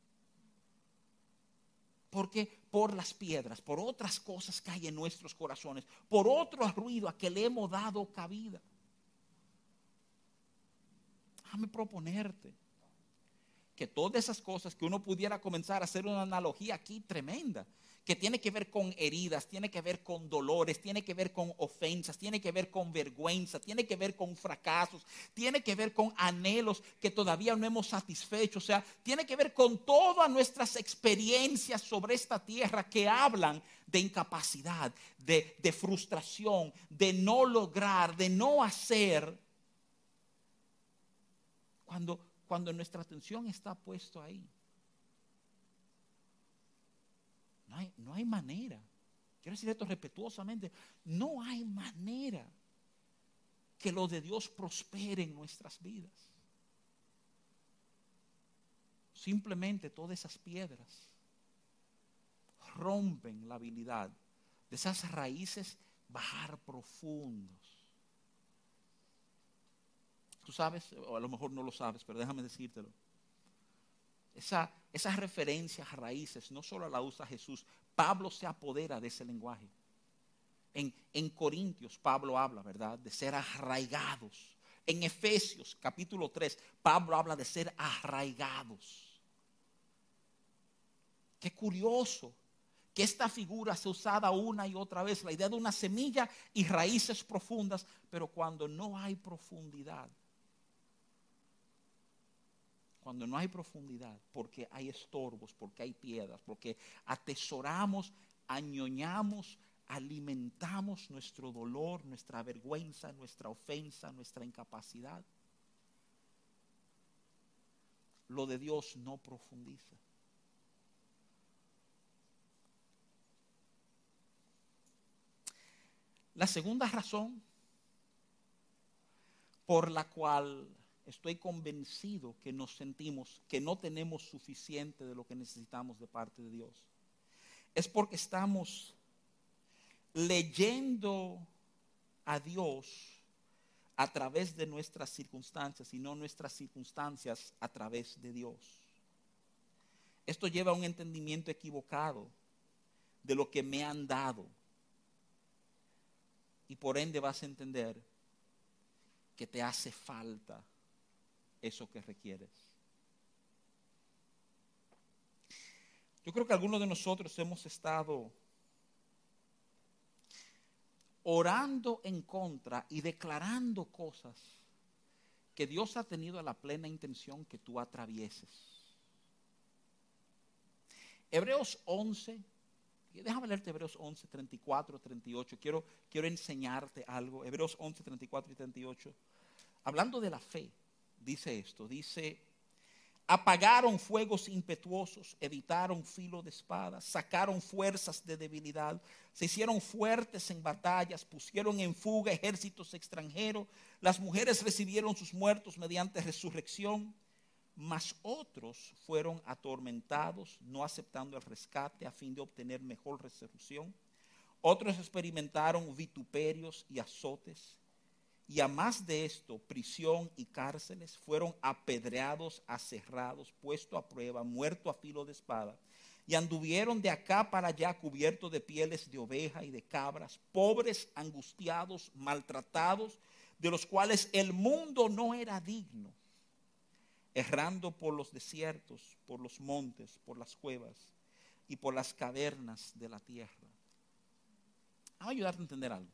Porque por las piedras, por otras cosas que hay en nuestros corazones, por otro ruido a que le hemos dado cabida. Déjame proponerte que todas esas cosas que uno pudiera comenzar a hacer una analogía aquí tremenda, que tiene que ver con heridas, tiene que ver con dolores, tiene que ver con ofensas, tiene que ver con vergüenza, tiene que ver con fracasos, tiene que ver con anhelos que todavía no hemos satisfecho, o sea, tiene que ver con todas nuestras experiencias sobre esta tierra que hablan de incapacidad, de frustración, de no lograr, de no hacer, cuando nuestra atención está puesta ahí. No hay manera. Quiero decir esto respetuosamente. No hay manera que lo de Dios prospere en nuestras vidas. Simplemente todas esas piedras rompen la habilidad de esas raíces bajar profundos. Tú sabes, o a lo mejor no lo sabes, pero déjame decírtelo. Esas referencias a raíces no solo la usa Jesús. Pablo se apodera de ese lenguaje. En Corintios Pablo habla, ¿verdad?, de ser arraigados. En Efesios capítulo 3 Pablo habla de ser arraigados. Qué curioso que esta figura sea usada una y otra vez. La idea de una semilla y raíces profundas, pero cuando no hay profundidad. Cuando no hay profundidad, porque hay estorbos, porque hay piedras, porque atesoramos, añoñamos, alimentamos nuestro dolor, nuestra vergüenza, nuestra ofensa, nuestra incapacidad. Lo de Dios no profundiza. La segunda razón por la cual estoy convencido que nos sentimos que no tenemos suficiente de lo que necesitamos de parte de Dios es porque estamos leyendo a Dios a través de nuestras circunstancias y no nuestras circunstancias a través de Dios. Esto lleva a un entendimiento equivocado de lo que me han dado y por ende vas a entender que te hace falta eso que requieres. Yo creo que algunos de nosotros hemos estado orando en contra y declarando cosas que Dios ha tenido la plena intención que tú atravieses. Hebreos 11, déjame leerte Hebreos 11, 34, 38. Quiero enseñarte algo. Hebreos 11, 34 y 38. Hablando de la fe, dice esto, dice: apagaron fuegos impetuosos, evitaron filo de espada, sacaron fuerzas de debilidad, se hicieron fuertes en batallas, pusieron en fuga ejércitos extranjeros, las mujeres recibieron sus muertos mediante resurrección, mas otros fueron atormentados, no aceptando el rescate a fin de obtener mejor resolución. Otros experimentaron vituperios y azotes. Y a más de esto, prisión y cárceles, fueron apedreados, aserrados, puestos a prueba, muertos a filo de espada. Y anduvieron de acá para allá cubiertos de pieles de oveja y de cabras, pobres, angustiados, maltratados, de los cuales el mundo no era digno, errando por los desiertos, por los montes, por las cuevas y por las cavernas de la tierra. Vamos a ayudarte a entender algo.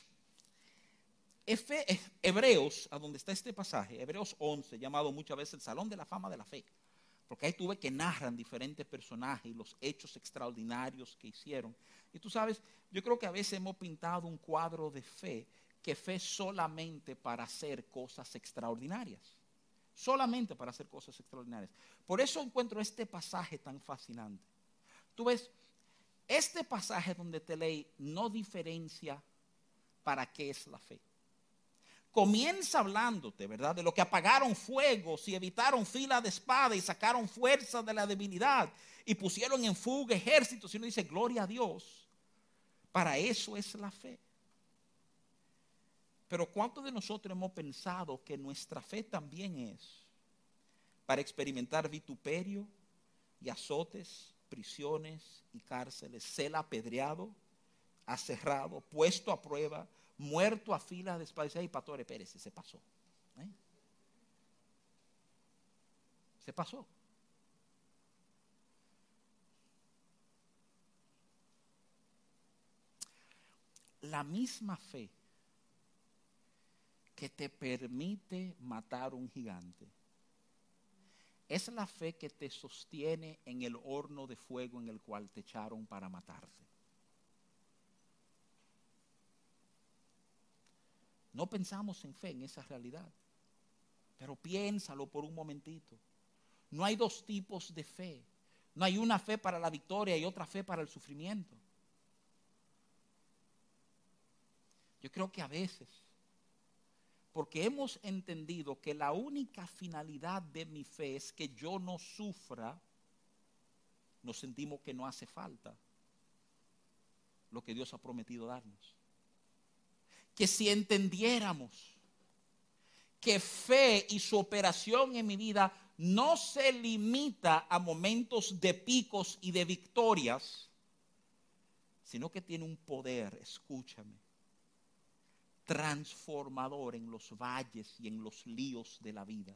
Hebreos, a donde está este pasaje, Hebreos 11, llamado muchas veces el Salón de la Fama de la Fe, porque ahí tú ves que narran diferentes personajes y los hechos extraordinarios que hicieron. Y tú sabes, yo creo que a veces hemos pintado un cuadro de fe, que fe solamente para hacer cosas extraordinarias, solamente para hacer cosas extraordinarias. Por eso encuentro este pasaje tan fascinante. Tú ves, este pasaje donde te leí no diferencia para qué es la fe. Comienza hablándote, ¿verdad?, de lo que apagaron fuegos y evitaron fila de espada y sacaron fuerza de la debilidad y pusieron en fuga ejércitos. Y uno dice, gloria a Dios, para eso es la fe. Pero ¿cuántos de nosotros hemos pensado que nuestra fe también es para experimentar vituperio y azotes, prisiones y cárceles, ser apedreado, aserrado, puesto a prueba, muerto a fila de espada? Ay, pastor, espérese, se pasó. Se pasó. la misma fe que te permite matar un gigante es la fe que te sostiene en el horno de fuego en el cual te echaron para matarte. No pensamos en fe, en esa realidad, pero piénsalo por un momentito. No hay dos tipos de fe. No hay una fe para la victoria y otra fe para el sufrimiento. Yo creo que a veces, porque hemos entendido que la única finalidad de mi fe es que yo no sufra, nos sentimos que no hace falta lo que Dios ha prometido darnos. Que si entendiéramos que fe y su operación en mi vida no se limita a momentos de picos y de victorias, sino que tiene un poder, escúchame, transformador en los valles y en los líos de la vida.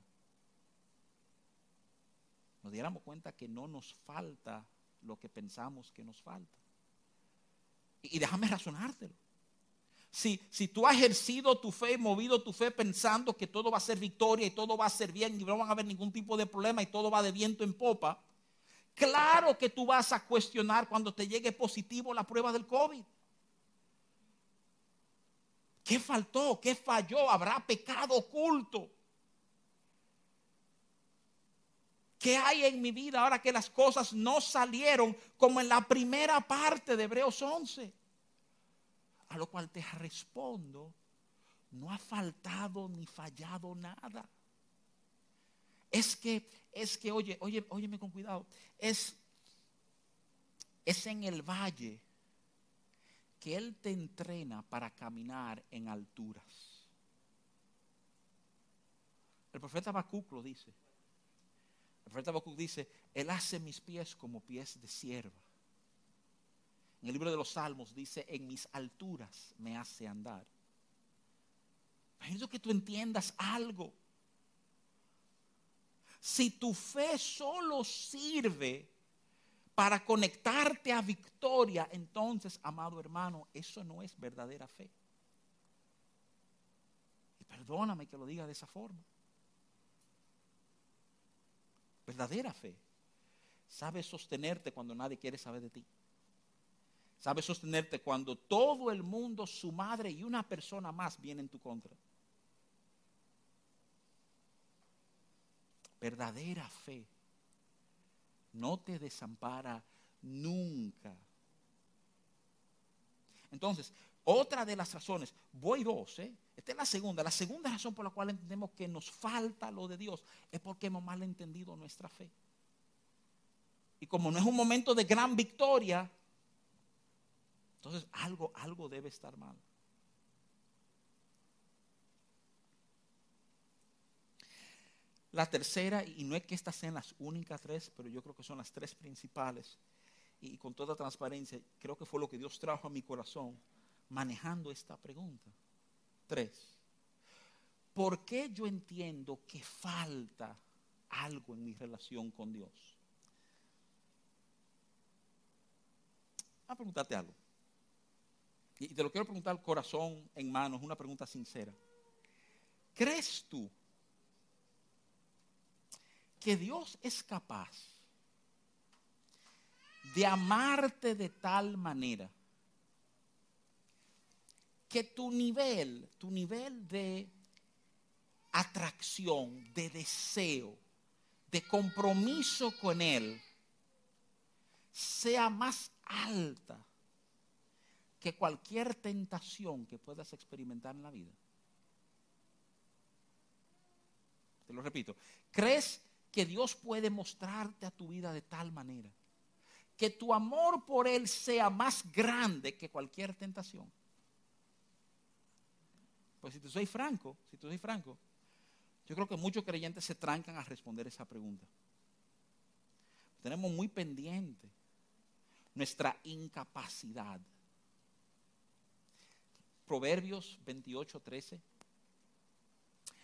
Nos diéramos cuenta que no nos falta lo que pensamos que nos falta. Y déjame razonártelo. Si tú has ejercido tu fe, movido tu fe pensando que todo va a ser victoria y todo va a ser bien y no van a haber ningún tipo de problema y todo va de viento en popa, claro que tú vas a cuestionar cuando te llegue positivo la prueba del COVID. ¿Qué faltó? ¿Qué falló? ¿Habrá pecado oculto? ¿Qué hay en mi vida ahora que las cosas no salieron como en la primera parte de Hebreos 11? A lo cual te respondo, no ha faltado ni fallado nada. Es que, óyeme con cuidado, es en el valle que Él te entrena para caminar en alturas. El profeta Habacuc lo dice. El profeta Habacuc dice, Él hace mis pies como pies de sierva. En el libro de los Salmos dice, en mis alturas me hace andar. Necesito que tú entiendas algo. Si tu fe solo sirve para conectarte a victoria, entonces, amado hermano, eso no es verdadera fe. Y perdóname que lo diga de esa forma. Verdadera fe sabe sostenerte cuando nadie quiere saber de ti. Sabe sostenerte cuando todo el mundo, su madre y una persona más viene en tu contra. Verdadera fe no te desampara nunca. Entonces, otra de las razones, voy dos, esta es la segunda. La segunda razón por la cual entendemos que nos falta lo de Dios es porque hemos mal entendido nuestra fe. Y como no es un momento de gran victoria, entonces algo debe estar mal. La tercera, y no es que estas sean las únicas tres, pero yo creo que son las tres principales, y con toda transparencia, creo que fue lo que Dios trajo a mi corazón manejando esta pregunta. 3. ¿Por qué yo entiendo que falta algo en mi relación con Dios? Voy a preguntarte algo. Y te lo quiero preguntar corazón en mano, es una pregunta sincera. ¿Crees tú que Dios es capaz de amarte de tal manera que tu nivel de atracción, de deseo, de compromiso con Él sea más alta que cualquier tentación que puedas experimentar en la vida? Te lo repito. ¿Crees que Dios puede mostrarte a tu vida de tal manera que tu amor por Él sea más grande que cualquier tentación? Pues si te soy franco, yo creo que muchos creyentes se trancan a responder esa pregunta. Tenemos muy pendiente nuestra incapacidad. Proverbios 28:13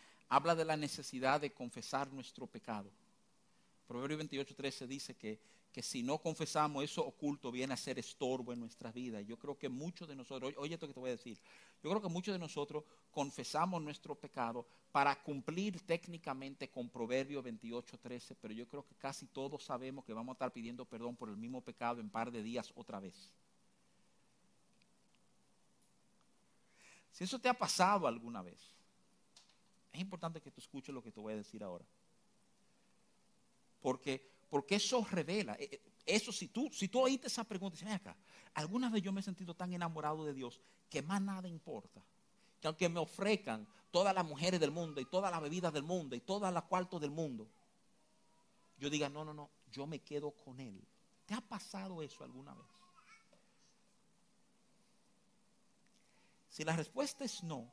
habla de la necesidad de confesar nuestro pecado. Proverbios 28:13 dice que que si no confesamos eso oculto viene a ser estorbo en nuestra vida. Yo creo que muchos de nosotros, oye esto que te voy a decir, yo creo que muchos de nosotros confesamos nuestro pecado para cumplir técnicamente con Proverbios 28:13, pero yo creo que casi todos sabemos que vamos a estar pidiendo perdón por el mismo pecado en un par de días otra vez. Si eso te ha pasado alguna vez, es importante que tú escuches lo que te voy a decir ahora. Porque eso revela, eso si tú oíste esa pregunta, dices, ven acá, alguna vez yo me he sentido tan enamorado de Dios que más nada importa. Que aunque me ofrezcan todas las mujeres del mundo y todas las bebidas del mundo y todas las cuartos del mundo, yo diga, no, yo me quedo con Él. ¿Te ha pasado eso alguna vez? Si la respuesta es no,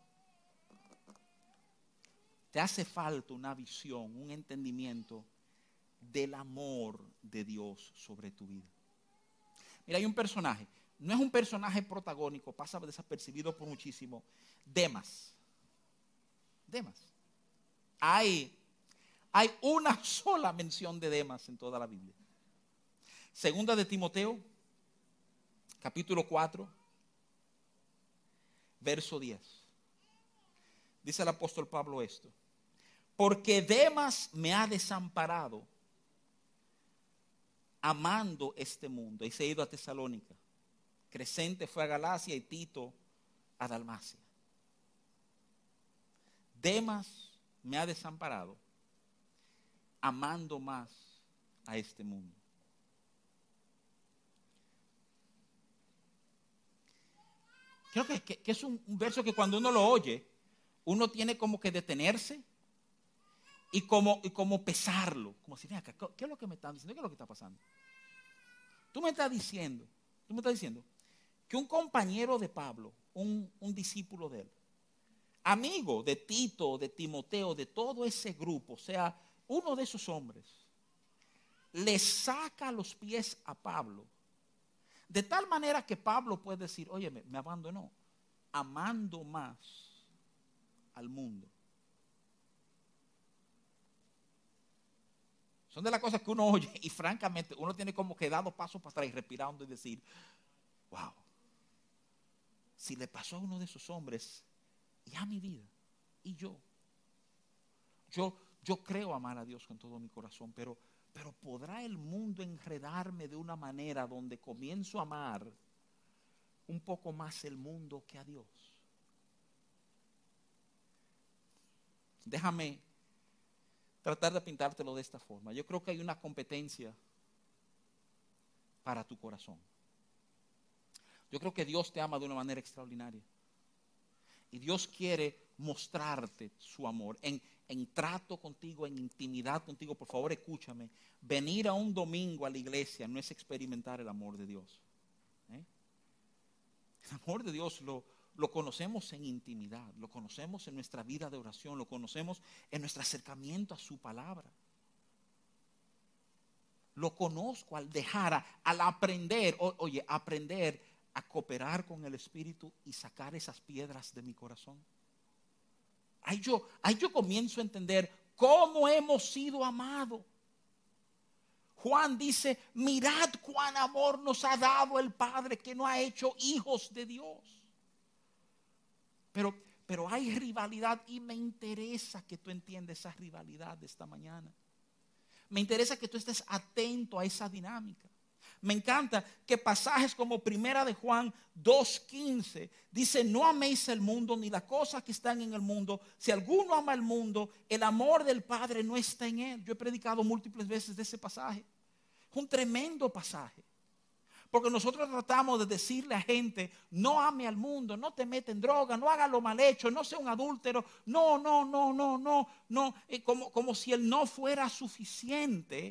te hace falta una visión, un entendimiento del amor de Dios sobre tu vida. Mira, hay un personaje, no es un personaje protagónico, pasa desapercibido por muchísimo, Demas. Hay una sola mención de Demas en toda la Biblia. Segunda de Timoteo, capítulo 4, verso 10. Dice el apóstol Pablo esto: porque Demas me ha desamparado, amando este mundo, y se ha ido a Tesalónica. Crescente fue a Galacia y Tito a Dalmacia. Demas me ha desamparado, amando más a este mundo. Creo que es un verso que cuando uno lo oye, uno tiene como que detenerse y como pesarlo. Como si, mira, ¿qué es lo que me están diciendo? ¿Qué es lo que está pasando? Tú me estás diciendo que un compañero de Pablo, un discípulo de él, amigo de Tito, de Timoteo, de todo ese grupo, o sea, uno de esos hombres, le saca los pies a Pablo, de tal manera que Pablo puede decir, oye, me abandonó, amando más al mundo. Son de las cosas que uno oye y francamente uno tiene como que dar 2 pasos para atrás y respirar hondo y decir, wow, si le pasó a uno de esos hombres y a mi vida, y yo creo amar a Dios con todo mi corazón, pero ¿podrá el mundo enredarme de una manera donde comienzo a amar un poco más el mundo que a Dios? Déjame tratar de pintártelo de esta forma. Yo creo que hay una competencia para tu corazón. Yo creo que Dios te ama de una manera extraordinaria. Y Dios quiere mostrarte su amor en trato contigo, en intimidad contigo. Por favor, escúchame. Venir a un domingo a la iglesia no es experimentar el amor de Dios. El amor de Dios lo conocemos en intimidad, lo conocemos en nuestra vida de oración, lo conocemos en nuestro acercamiento a su palabra. Lo conozco al dejar, al aprender, aprender a cooperar con el Espíritu y sacar esas piedras de mi corazón. Ahí yo comienzo a entender cómo hemos sido amados. Juan dice, mirad cuán amor nos ha dado el Padre, que nos ha hecho hijos de Dios. Pero hay rivalidad y me interesa que tú entiendas esa rivalidad de esta mañana. Me interesa que tú estés atento a esa dinámica. Me encanta que pasajes como Primera de Juan 2:15 dice, no améis el mundo ni las cosas que están en el mundo. Si alguno ama el mundo, el amor del Padre no está en él. Yo he predicado múltiples veces de ese pasaje. Es un tremendo pasaje. Porque nosotros tratamos de decirle a gente, no ame al mundo, no te mete en droga, no haga lo mal hecho, no sea un adúltero, no, como si él no fuera suficiente.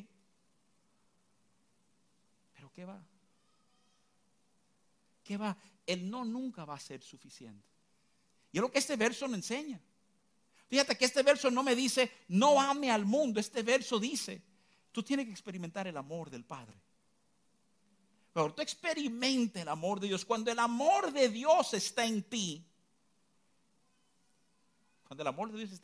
Pero ¿qué va? El no nunca va a ser suficiente. Y es lo que este verso nos enseña. Fíjate que este verso no me dice, no ame al mundo. Este verso dice, tú tienes que experimentar el amor del Padre. Pero tú experimenta el amor de Dios. Cuando el amor de Dios está en ti,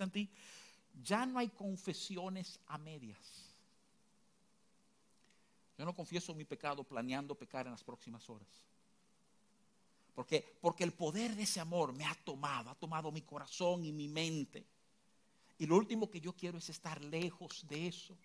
ya no hay confesiones a medias. Yo no confieso mi pecado planeando pecar en las próximas horas. Porque el poder de ese amor me ha tomado mi corazón y mi mente. Y lo último que yo quiero es estar lejos de eso.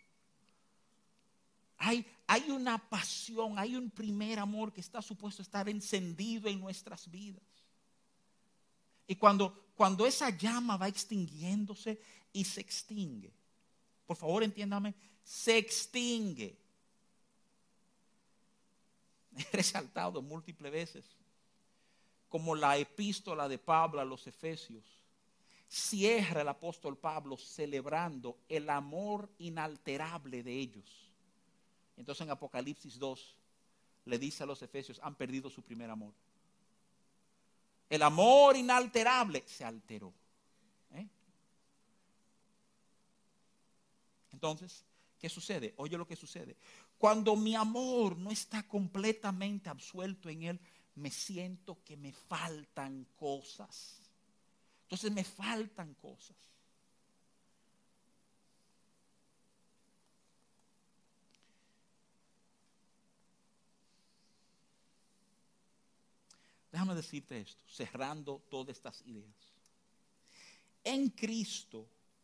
Hay una pasión, hay un primer amor que está supuesto a estar encendido en nuestras vidas. Y cuando esa llama va extinguiéndose y se extingue, por favor entiéndame, se extingue. He resaltado múltiples veces como la epístola de Pablo a los Efesios cierra el apóstol Pablo celebrando el amor inalterable de ellos. Entonces en Apocalipsis 2 le dice a los Efesios, han perdido su primer amor. El amor inalterable se alteró. Entonces, ¿qué sucede? Oye lo que sucede. Cuando mi amor no está completamente absuelto en él, me siento que me faltan cosas. Entonces me faltan cosas. Déjame decirte esto, cerrando todas estas ideas. En Cristo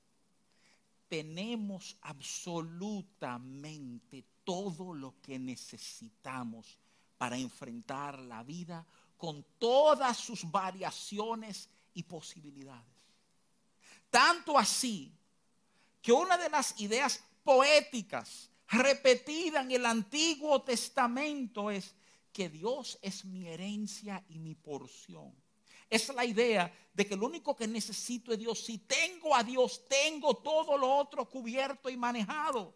tenemos absolutamente todo lo que necesitamos para enfrentar la vida con todas sus variaciones y posibilidades. Tanto así que una de las ideas poéticas repetidas en el Antiguo Testamento es que Dios es mi herencia y mi porción. Es la idea de que lo único que necesito es Dios. Si tengo a Dios, tengo todo lo otro cubierto y manejado.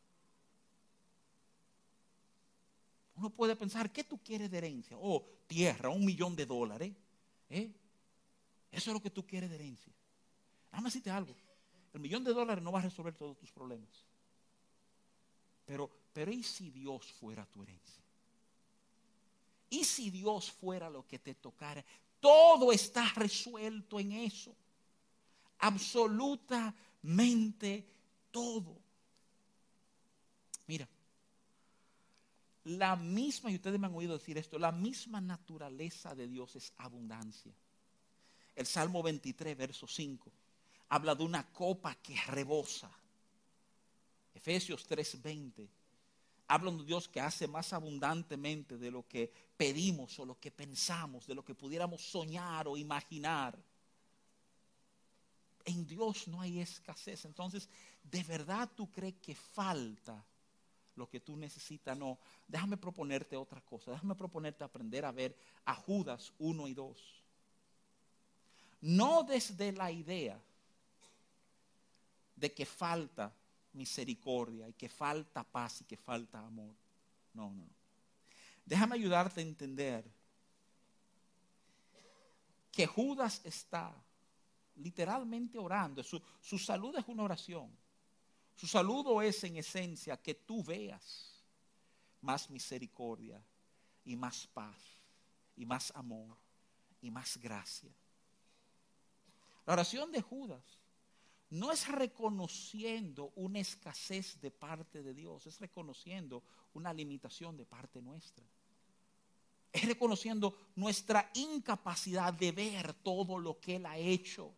Uno puede pensar, ¿qué tú quieres de herencia? Oh, tierra, $1,000,000. Eso es lo que tú quieres de herencia. Déjame decirte algo. El $1,000,000 no va a resolver todos tus problemas. Pero ¿y si Dios fuera tu herencia? ¿Y si Dios fuera lo que te tocara? Todo está resuelto en eso. Absolutamente todo. Mira, la misma, y ustedes me han oído decir esto, la misma naturaleza de Dios es abundancia. El Salmo 23, verso 5, habla de una copa que rebosa. Efesios 3:20 habla de un Dios que hace más abundantemente de lo que pedimos o lo que pensamos, de lo que pudiéramos soñar o imaginar. En Dios no hay escasez. Entonces, ¿de verdad tú crees que falta lo que tú necesitas? No. Déjame proponerte otra cosa. Déjame proponerte aprender a ver a Judas 1 y 2. No desde la idea de que falta misericordia y que falta paz y que falta amor. No. Déjame ayudarte a entender que Judas está literalmente orando. Su salud es una oración. Su saludo es en esencia que tú veas más misericordia y más paz y más amor y más gracia. La oración de Judas no es reconociendo una escasez de parte de Dios, es reconociendo una limitación de parte nuestra. Es reconociendo nuestra incapacidad de ver todo lo que Él ha hecho.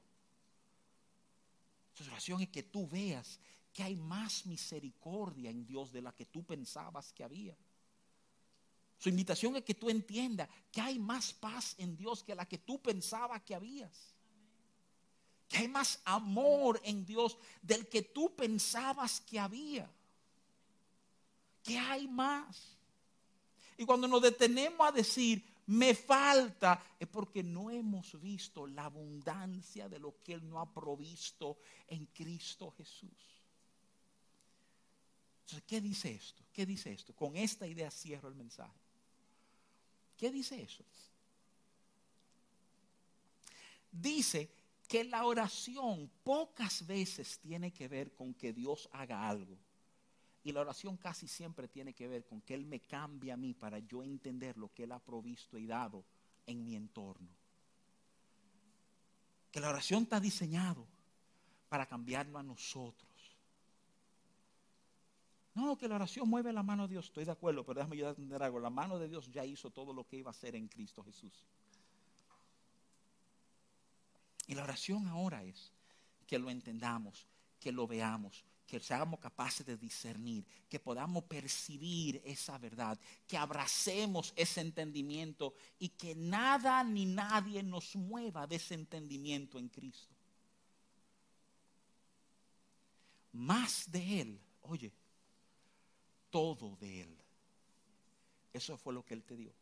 Su oración es que tú veas que hay más misericordia en Dios de la que tú pensabas que había. Su invitación es que tú entiendas que hay más paz en Dios que la que tú pensabas que habías. Que hay más amor en Dios del que tú pensabas que había. Que hay más. Y cuando nos detenemos a decir, me falta, es porque no hemos visto la abundancia de lo que Él nos ha provisto en Cristo Jesús. Entonces, ¿qué dice esto? ¿Qué dice esto? Con esta idea cierro el mensaje. ¿Qué dice eso? Dice que la oración pocas veces tiene que ver con que Dios haga algo. Y la oración casi siempre tiene que ver con que Él me cambie a mí para yo entender lo que Él ha provisto y dado en mi entorno. Que la oración está diseñado para cambiarnos a nosotros. No, que la oración mueve la mano de Dios. Estoy de acuerdo, pero déjame ayudar a entender algo. La mano de Dios ya hizo todo lo que iba a hacer en Cristo Jesús. Y la oración ahora es que lo entendamos, que lo veamos, que seamos capaces de discernir, que podamos percibir esa verdad, que abracemos ese entendimiento y que nada ni nadie nos mueva de ese entendimiento en Cristo. Más de Él, oye, todo de Él. Eso fue lo que Él te dio.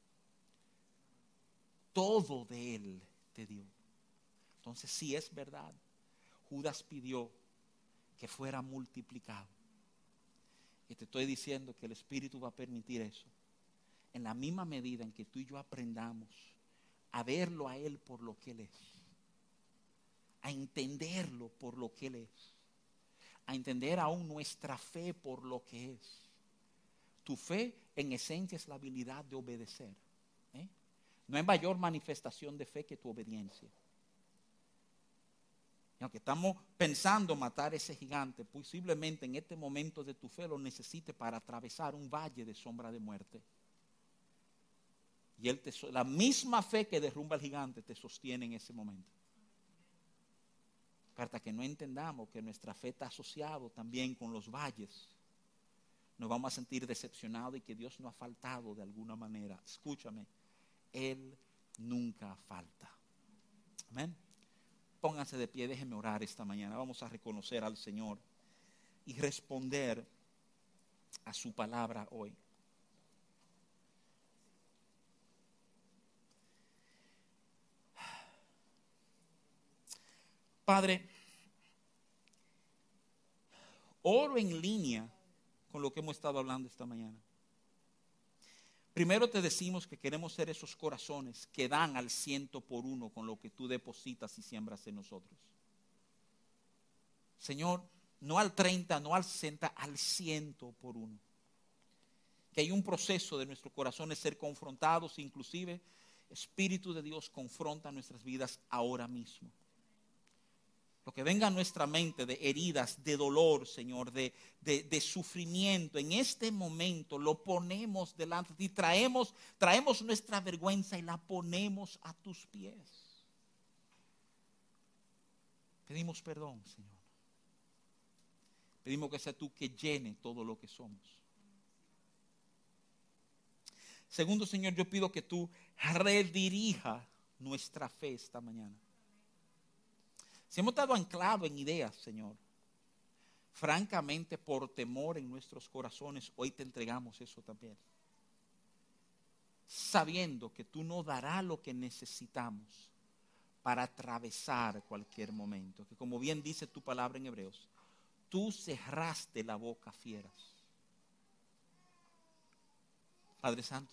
Todo de Él te dio. Entonces, si es verdad, Judas pidió que fuera multiplicado. Y te estoy diciendo que el Espíritu va a permitir eso. En la misma medida en que tú y yo aprendamos a verlo a Él por lo que Él es. A entenderlo por lo que Él es. A entender aún nuestra fe por lo que es. Tu fe en esencia es la habilidad de obedecer. No hay mayor manifestación de fe que tu obediencia. Y aunque estamos pensando matar ese gigante, posiblemente en este momento de tu fe lo necesites para atravesar un valle de sombra de muerte. Y la misma fe que derrumba al gigante te sostiene en ese momento. Hasta que no entendamos que nuestra fe está asociada también con los valles, nos vamos a sentir decepcionados y que Dios no ha faltado de alguna manera. Escúchame, Él nunca falta. Amén. Pónganse de pie, déjenme orar esta mañana. Vamos a reconocer al Señor y responder a su palabra hoy. Padre, oro en línea con lo que hemos estado hablando esta mañana. Primero te decimos que queremos ser esos corazones que dan al 100% con lo que tú depositas y siembras en nosotros. Señor, no al 30, no al 60, al 100%. Que hay un proceso de nuestro corazón de ser confrontados, inclusive Espíritu de Dios confronta nuestras vidas ahora mismo. Lo que venga a nuestra mente de heridas, de dolor, Señor, de sufrimiento, en este momento lo ponemos delante de ti. Traemos nuestra vergüenza y la ponemos a tus pies. Pedimos perdón, Señor. Pedimos que sea tú que llene todo lo que somos. Segundo, Señor, yo pido que tú redirija nuestra fe esta mañana. Si hemos estado anclados en ideas, Señor, francamente por temor en nuestros corazones, hoy te entregamos eso también. Sabiendo que tú nos darás lo que necesitamos para atravesar cualquier momento. Que como bien dice tu palabra en Hebreos, tú cerraste la boca a fieras. Padre Santo,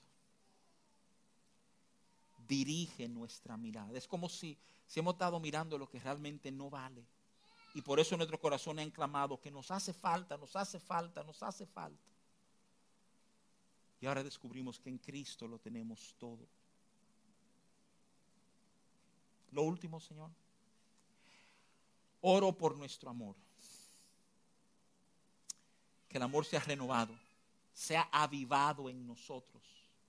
dirige nuestra mirada. Es como si hemos estado mirando lo que realmente no vale. Y por eso nuestro corazón ha clamado que nos hace falta, nos hace falta, nos hace falta. Y ahora descubrimos que en Cristo lo tenemos todo. Lo último, Señor, oro por nuestro amor. Que el amor sea renovado, sea avivado en nosotros.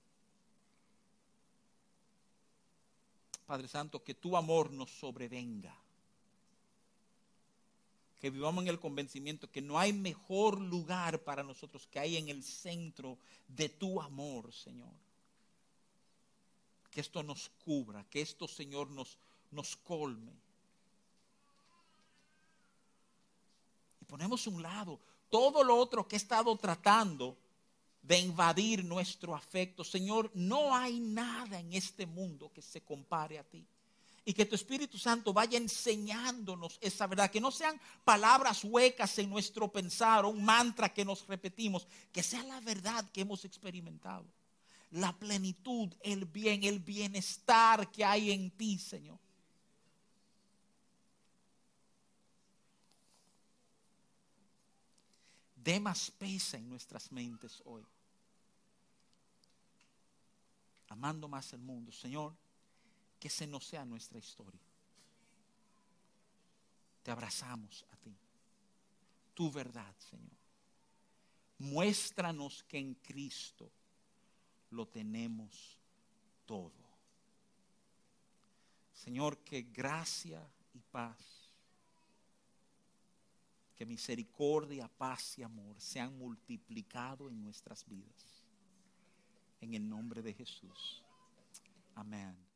Padre Santo, que tu amor nos sobrevenga. Que vivamos en el convencimiento que no hay mejor lugar para nosotros que hay en el centro de tu amor, Señor. Que esto nos cubra, que esto, Señor, nos colme. Y ponemos a un lado todo lo otro que he estado tratando de invadir nuestro afecto. Señor, no hay nada en este mundo que se compare a ti. Y que tu Espíritu Santo vaya enseñándonos esa verdad. Que no sean palabras huecas en nuestro pensar o un mantra que nos repetimos. Que sea la verdad que hemos experimentado. La plenitud, el bien, el bienestar que hay en ti, Señor. Dé más peso en nuestras mentes hoy. Amando más el mundo, Señor, que ese no sea nuestra historia. Te abrazamos a ti. Tu verdad, Señor. Muéstranos que en Cristo lo tenemos todo. Señor, que gracia y paz, que misericordia, paz y amor sean multiplicados en nuestras vidas. En el nombre de Jesús. Amén.